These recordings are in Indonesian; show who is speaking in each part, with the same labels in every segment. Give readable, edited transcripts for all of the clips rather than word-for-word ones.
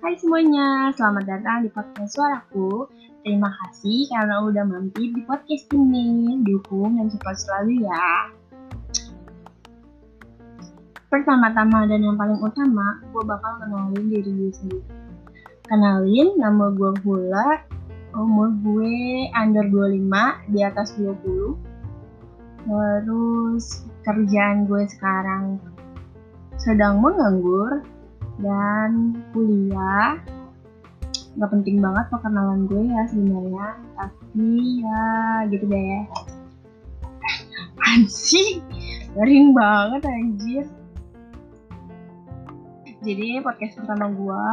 Speaker 1: Hai semuanya, selamat datang di podcast Suaraku. Terima kasih karena udah mampir di podcast ini. Dukung dan support selalu ya. Pertama-tama dan yang paling utama, gue bakal kenalin diri gue sendiri. Kenalin, nama gue Vula, umur gue under 25, di atas 20. Terus kerjaan gue sekarang sedang menganggur dan kuliah. Gak penting banget perkenalan gue ya sebenarnya, tapi ya gitu deh. Anjing, garing banget anjir. Jadi podcast pertama gue,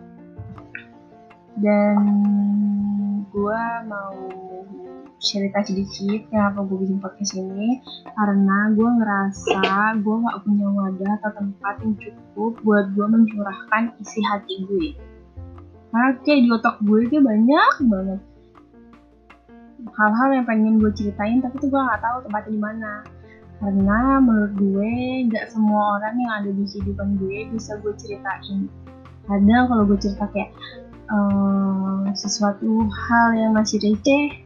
Speaker 1: dan gue mau cerita sedikit kenapa gue bikin podcast ini. Karena gue ngerasa gue gak punya wadah atau tempat yang cukup buat gue mencurahkan isi hati gue. Karena kayak di otak gue itu banyak banget hal-hal yang pengen gue ceritain, tapi tuh gue gak tahu tempatnya di mana. Karena menurut gue gak semua orang yang ada di kehidupan gue bisa gue ceritain. Kadang kalau gue cerita kayak sesuatu hal yang masih receh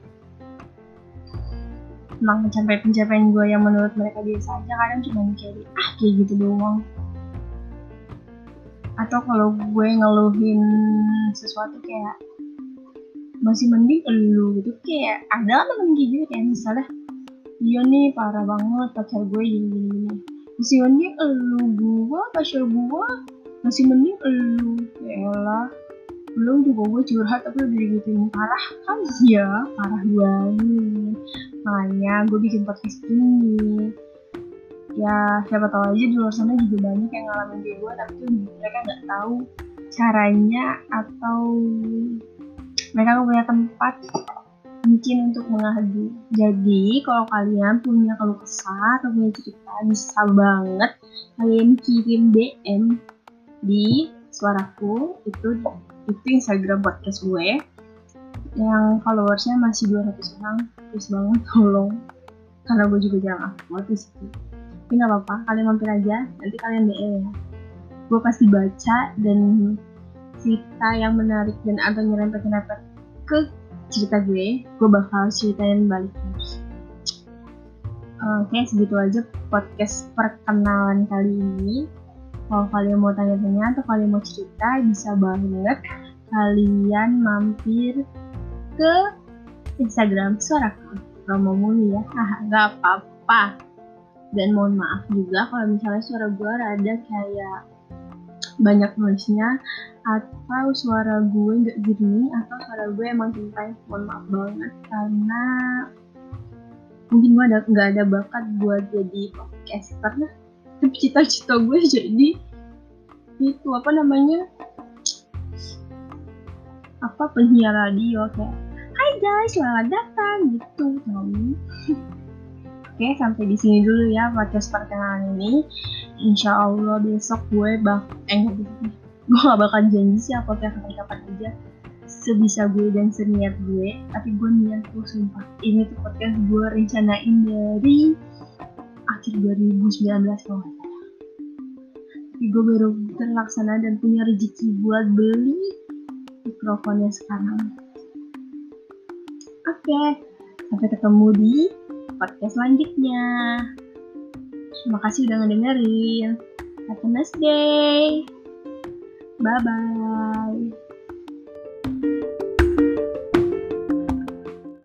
Speaker 1: tentang pencapaian gue yang menurut mereka biasa aja, kadang cuma kayak gitu doang. Atau kalau gue ngeluhin sesuatu kayak masih mending elu gitu, kayak ada temen gitu kayak misalnya dia nih parah banget pacar gue gini, masih mending elu, gue pacar gue masih mending elu. Yaelah, belum juga gue curhat tapi udah digituin parah kan ya, parah banget. Makanya gue bikin podcast ini. Ya siapa tahu aja di luar sana juga banyak yang ngalamin kayak gue, tapi tuh mereka nggak tahu caranya atau mereka nggak punya tempat mungkin untuk mengadu. Jadi kalau kalian punya keluh kesah atau punya cerita, bisa banget kalian kirim DM di Suaraku, itu Instagram podcast gue yang followersnya masih 200 orang. Please banget tolong, karena gue juga jarang upload di situ. Tapi nggak apa-apa, kalian mampir aja, nanti kalian DM ya. Gue pasti baca, dan cerita yang menarik dan atau nyerempet-nyerempet ke cerita gue bakal ceritain balik terus. Oke, segitu aja podcast perkenalan kali ini. Kalau kalian mau tanya-tanya atau kalian mau cerita, bisa banget kalian mampir ke Instagram Suaraku. Promo mulu ya, gak apa-apa. Dan mohon maaf juga kalau misalnya suara gue rada kayak banyak noise-nya, atau suara gue gak jernih, atau suara gue emang tintai. Mohon maaf banget, karena mungkin gue gak ada bakat buat jadi podcaster. Tapi cita-cita gue jadi itu penyiar radio kayak hai guys, selamat datang gitu. Oke, sampai di sini dulu ya podcast perkenalan ini. Insya Allah besok gue gak bakal janji sih uploadnya kapan-kapan aja, sebisa gue dan seniat gue. Tapi gue niat tuh sumpah, ini tuh podcast gue rencanain dari akhir 2019 kalau nggak salah. Tapi gue baru terlaksana dan punya rezeki buat beli mikrofonnya sekarang. Oke, sampai ketemu di podcast selanjutnya. Terima kasih udah ngedengerin. Have a nice day. Bye-bye.